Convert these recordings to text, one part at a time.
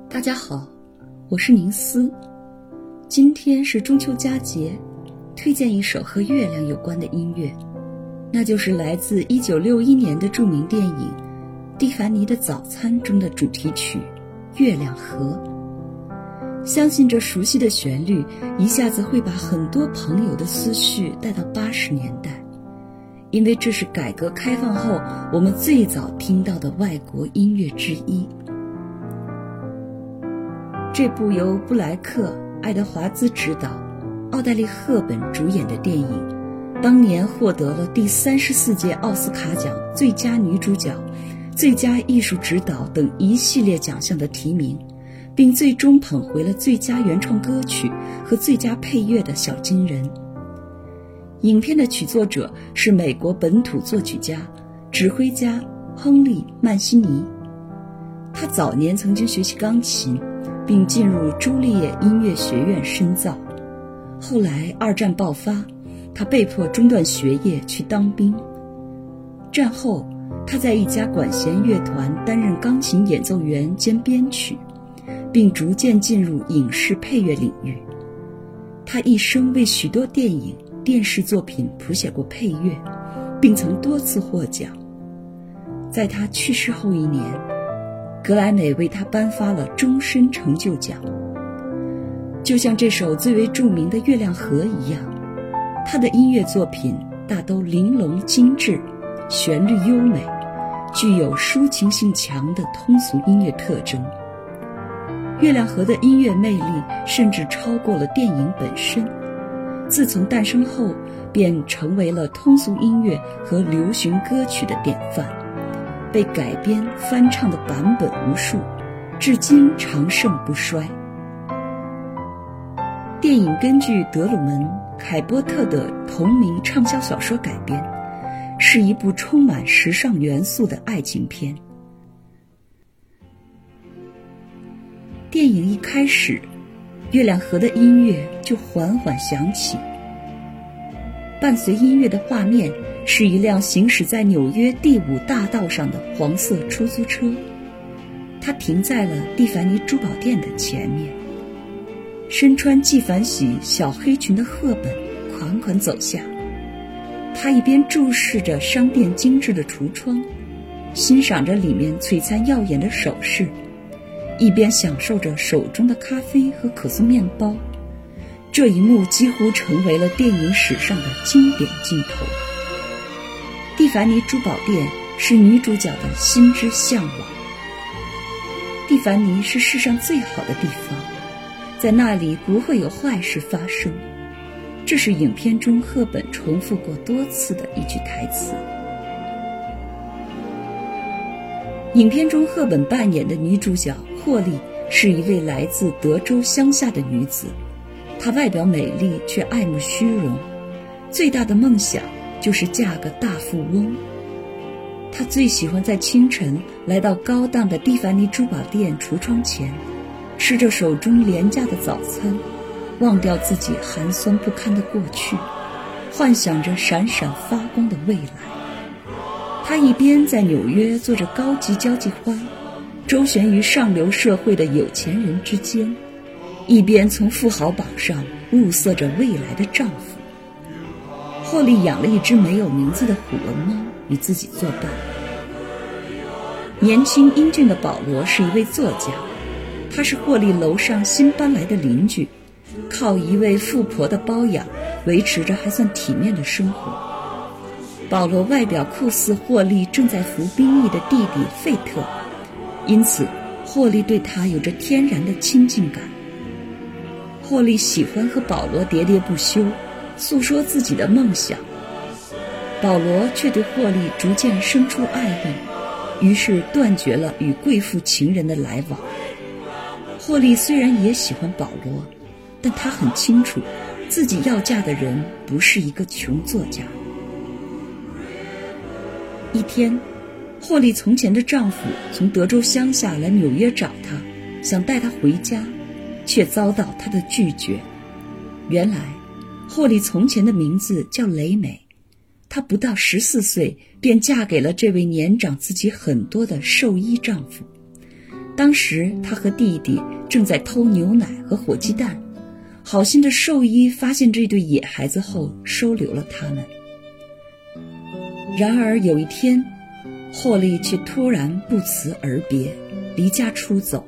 大家好，我是宁思。今天是中秋佳节，推荐一首和月亮有关的音乐，那就是来自1961年的著名电影《蒂凡尼的早餐》中的主题曲《月亮河》。相信这熟悉的旋律一下子会把很多朋友的思绪带到80年代，因为这是改革开放后我们最早听到的外国音乐之一。这部由布莱克、爱德华兹执导、奥黛丽·赫本主演的电影，当年获得了第34届奥斯卡奖最佳女主角、最佳艺术指导等一系列奖项的提名，并最终捧回了最佳原创歌曲和最佳配乐的小金人。影片的曲作者是美国本土作曲家、指挥家亨利·曼西尼。他早年曾经学习钢琴，并进入朱丽叶音乐学院深造。后来二战爆发，他被迫中断学业去当兵。战后，他在一家管弦乐团担任钢琴演奏员兼编曲，并逐渐进入影视配乐领域。他一生为许多电影、电视作品谱写过配乐，并曾多次获奖。在他去世后1年，格莱美为他颁发了终身成就奖。就像这首最为著名的《月亮河》一样，他的音乐作品大都玲珑精致，旋律优美，具有抒情性强的通俗音乐特征。月亮河的音乐魅力甚至超过了电影本身，自从诞生后便成为了通俗音乐和流行歌曲的典范，被改编翻唱的版本无数，至今长盛不衰。电影根据德鲁门·凯波特的同名畅销小说改编，是一部充满时尚元素的爱情片。电影一开始，月亮河的音乐就缓缓响起，伴随音乐的画面是一辆行驶在纽约第5大道上的黄色出租车，它停在了蒂凡尼珠宝店的前面。身穿纪梵希小黑裙的赫本款款走下，她一边注视着商店精致的橱窗，欣赏着里面璀璨耀眼的首饰，一边享受着手中的咖啡和可颂面包。这一幕几乎成为了电影史上的经典镜头。蒂凡尼珠宝店是女主角的心之向往。蒂凡尼是世上最好的地方，在那里不会有坏事发生。这是影片中赫本重复过多次的一句台词。影片中赫本扮演的女主角霍利是一位来自德州乡下的女子，她外表美丽却爱慕虚荣，最大的梦想就是嫁个大富翁。她最喜欢在清晨来到高档的蒂凡尼珠宝店橱窗前，吃着手中廉价的早餐，忘掉自己寒酸不堪的过去，幻想着闪闪发光的未来。她一边在纽约做着高级交际花，周旋于上流社会的有钱人之间，一边从富豪榜上物色着未来的丈夫。霍利养了一只没有名字的虎纹猫与自己作伴。年轻英俊的保罗是一位作家，他是霍利楼上新搬来的邻居，靠一位富婆的包养维持着还算体面的生活。保罗外表酷似霍利正在服兵役的弟弟费特，因此霍利对他有着天然的亲近感。霍利喜欢和保罗喋喋不休，诉说自己的梦想。保罗却对霍利逐渐生出爱意，于是断绝了与贵妇情人的来往。霍利虽然也喜欢保罗，但他很清楚自己要嫁的人不是一个穷作家。一天，霍利从前的丈夫从德州乡下来纽约找她，想带她回家，却遭到她的拒绝。原来霍利从前的名字叫雷美，她不到14岁便嫁给了这位年长自己很多的兽医丈夫。 当时他和弟弟正在偷牛奶和火鸡蛋，好心的兽医发现这对野孩子后收留了他们。然而有一天，霍利却突然不辞而别，离家出走。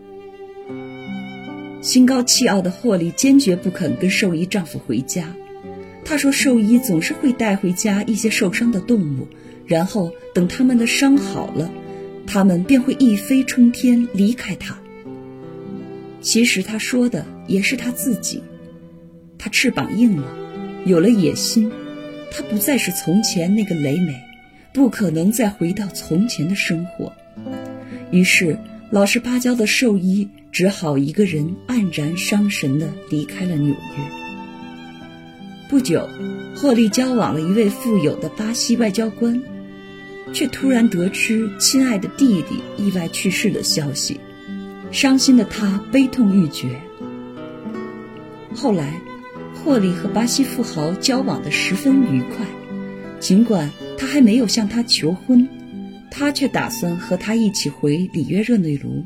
心高气傲的霍利坚决不肯跟兽医丈夫回家。他说兽医总是会带回家一些受伤的动物，然后等他们的伤好了，他们便会一飞冲天离开他。其实他说的也是他自己，他翅膀硬了，有了野心，他不再是从前那个雷美，不可能再回到从前的生活。于是老实巴交的兽医只好一个人黯然伤神地离开了纽约。不久，霍利交往了一位富有的巴西外交官，却突然得知亲爱的弟弟意外去世的消息，伤心的他悲痛欲绝。后来，霍利和巴西富豪交往得十分愉快，尽管他还没有向他求婚，他却打算和他一起回里约热内卢。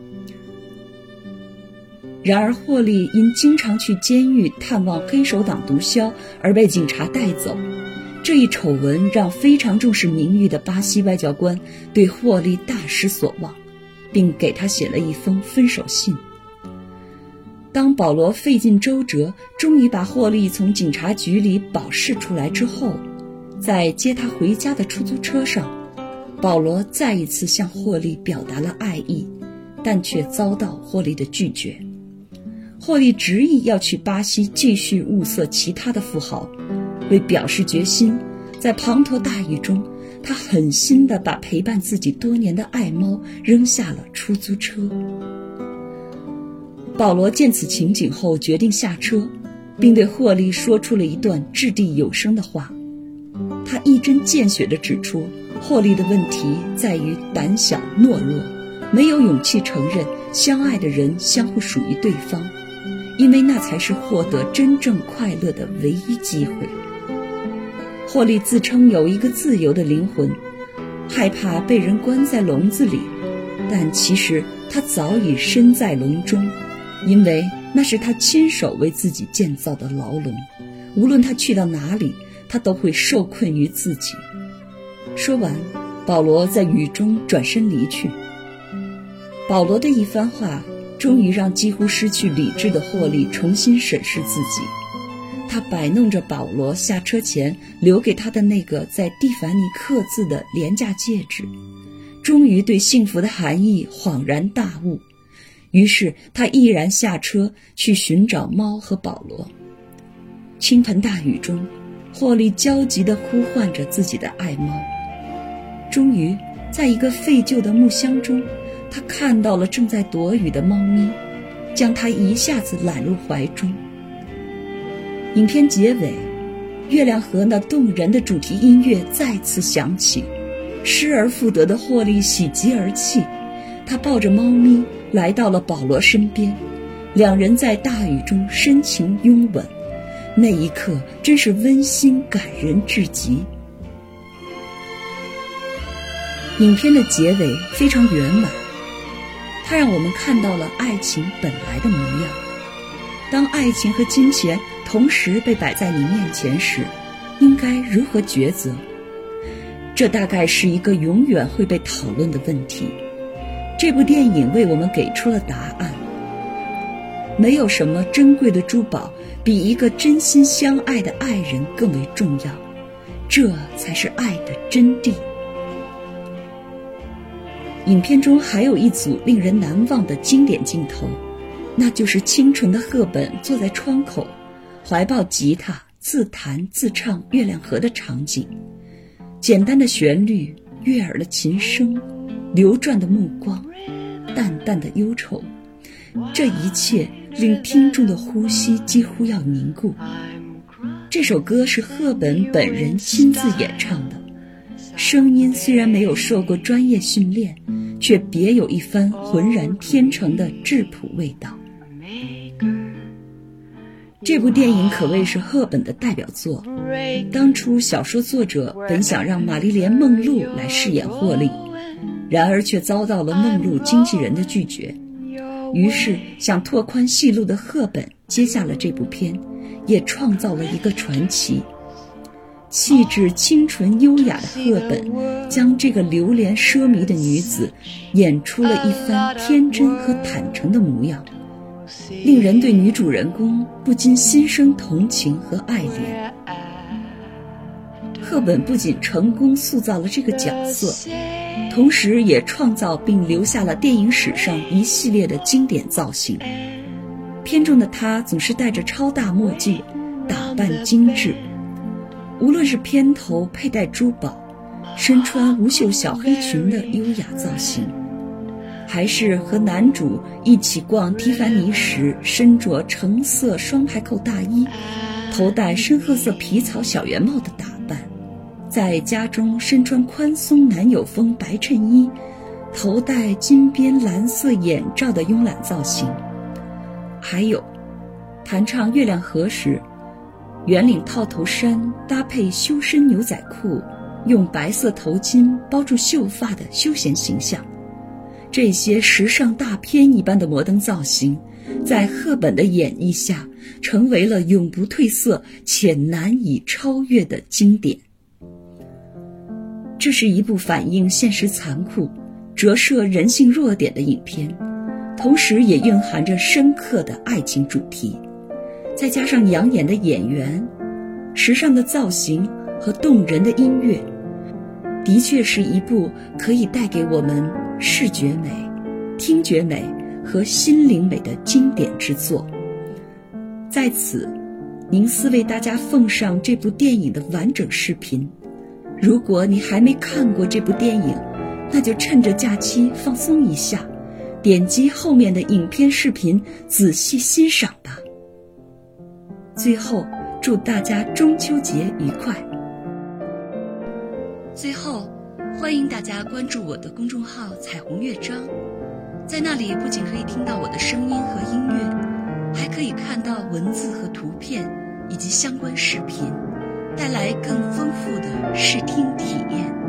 然而霍利因经常去监狱探望黑手党毒枭而被警察带走，这一丑闻让非常重视名誉的巴西外交官对霍利大失所望，并给他写了一封分手信。当保罗费尽周折终于把霍利从警察局里保释出来之后，在接他回家的出租车上，保罗再一次向霍利表达了爱意，但却遭到霍利的拒绝。霍利执意要去巴西继续物色其他的富豪，为表示决心，在滂沱大雨中，他狠心地把陪伴自己多年的爱猫扔下了出租车。保罗见此情景后决定下车，并对霍利说出了一段掷地有声的话。他一针见血地指出，霍利的问题在于胆小懦弱，没有勇气承认相爱的人相互属于对方，因为那才是获得真正快乐的唯一机会。霍利自称有一个自由的灵魂，害怕被人关在笼子里，但其实他早已身在笼中，因为那是他亲手为自己建造的牢笼，无论他去到哪里，他都会受困于自己。说完，保罗在雨中转身离去。保罗的一番话终于让几乎失去理智的霍利重新审视自己。他摆弄着保罗下车前留给他的那个在蒂凡尼刻字的廉价戒指，终于对幸福的含义恍然大悟。于是他毅然下车去寻找猫和保罗。倾盆大雨中，霍利焦急地呼唤着自己的爱猫。终于在一个废旧的木箱中，他看到了正在躲雨的猫咪，将它一下子揽入怀中。影片结尾，月亮河那动人的主题音乐再次响起，失而复得的霍利喜极而泣，他抱着猫咪来到了保罗身边，两人在大雨中深情拥吻，那一刻真是温馨感人至极。影片的结尾非常圆满，它让我们看到了爱情本来的模样。当爱情和金钱同时被摆在你面前时，应该如何抉择？这大概是一个永远会被讨论的问题。这部电影为我们给出了答案。没有什么珍贵的珠宝比一个真心相爱的爱人更为重要，这才是爱的真谛。影片中还有一组令人难忘的经典镜头，那就是清纯的赫本坐在窗口，怀抱吉他自弹自唱《月亮河》的场景。简单的旋律，悦耳的琴声，流转的目光，淡淡的忧愁，这一切令听众的呼吸几乎要凝固。这首歌是赫本本人亲自演唱的，声音虽然没有受过专业训练，却别有一番浑然天成的质朴味道。这部电影可谓是赫本的代表作。当初小说作者本想让玛丽莲·梦露来饰演霍利， 然而却遭到了梦露经纪人的拒绝。于是想拓宽戏路的赫本接下了这部片，也创造了一个传奇。气质清纯优雅的赫本将这个流连奢靡的女子演出了一番天真和坦诚的模样，令人对女主人公不禁心生同情和爱怜。赫本不仅成功塑造了这个角色，同时也创造并留下了电影史上一系列的经典造型。片中的她总是戴着超大墨镜，打扮精致，无论是片头佩戴珠宝，身穿无袖小黑裙的优雅造型，还是和男主一起逛蒂凡尼时身着橙色双排扣大衣，头戴深褐色皮草小圆帽的打扮，在家中身穿宽松男友风白衬衣，头戴金边蓝色眼罩的慵懒造型。还有弹唱《月亮河》时，圆领套头衫搭配修身牛仔裤，用白色头巾包住秀发的休闲形象。这些时尚大片一般的摩登造型，在赫本的演绎下，成为了永不褪色且难以超越的经典。这是一部反映现实残酷、折射人性弱点的影片，同时也蕴含着深刻的爱情主题。再加上养眼的演员、时尚的造型和动人的音乐，的确是一部可以带给我们视觉美、听觉美和心灵美的经典之作。在此，宁思为大家奉上这部电影的完整视频。如果你还没看过这部电影，那就趁着假期放松一下，点击后面的影片视频仔细欣赏吧。最后，祝大家中秋节愉快。最后，欢迎大家关注我的公众号彩虹乐章，在那里不仅可以听到我的声音和音乐，还可以看到文字和图片以及相关视频，带来更丰富的视听体验。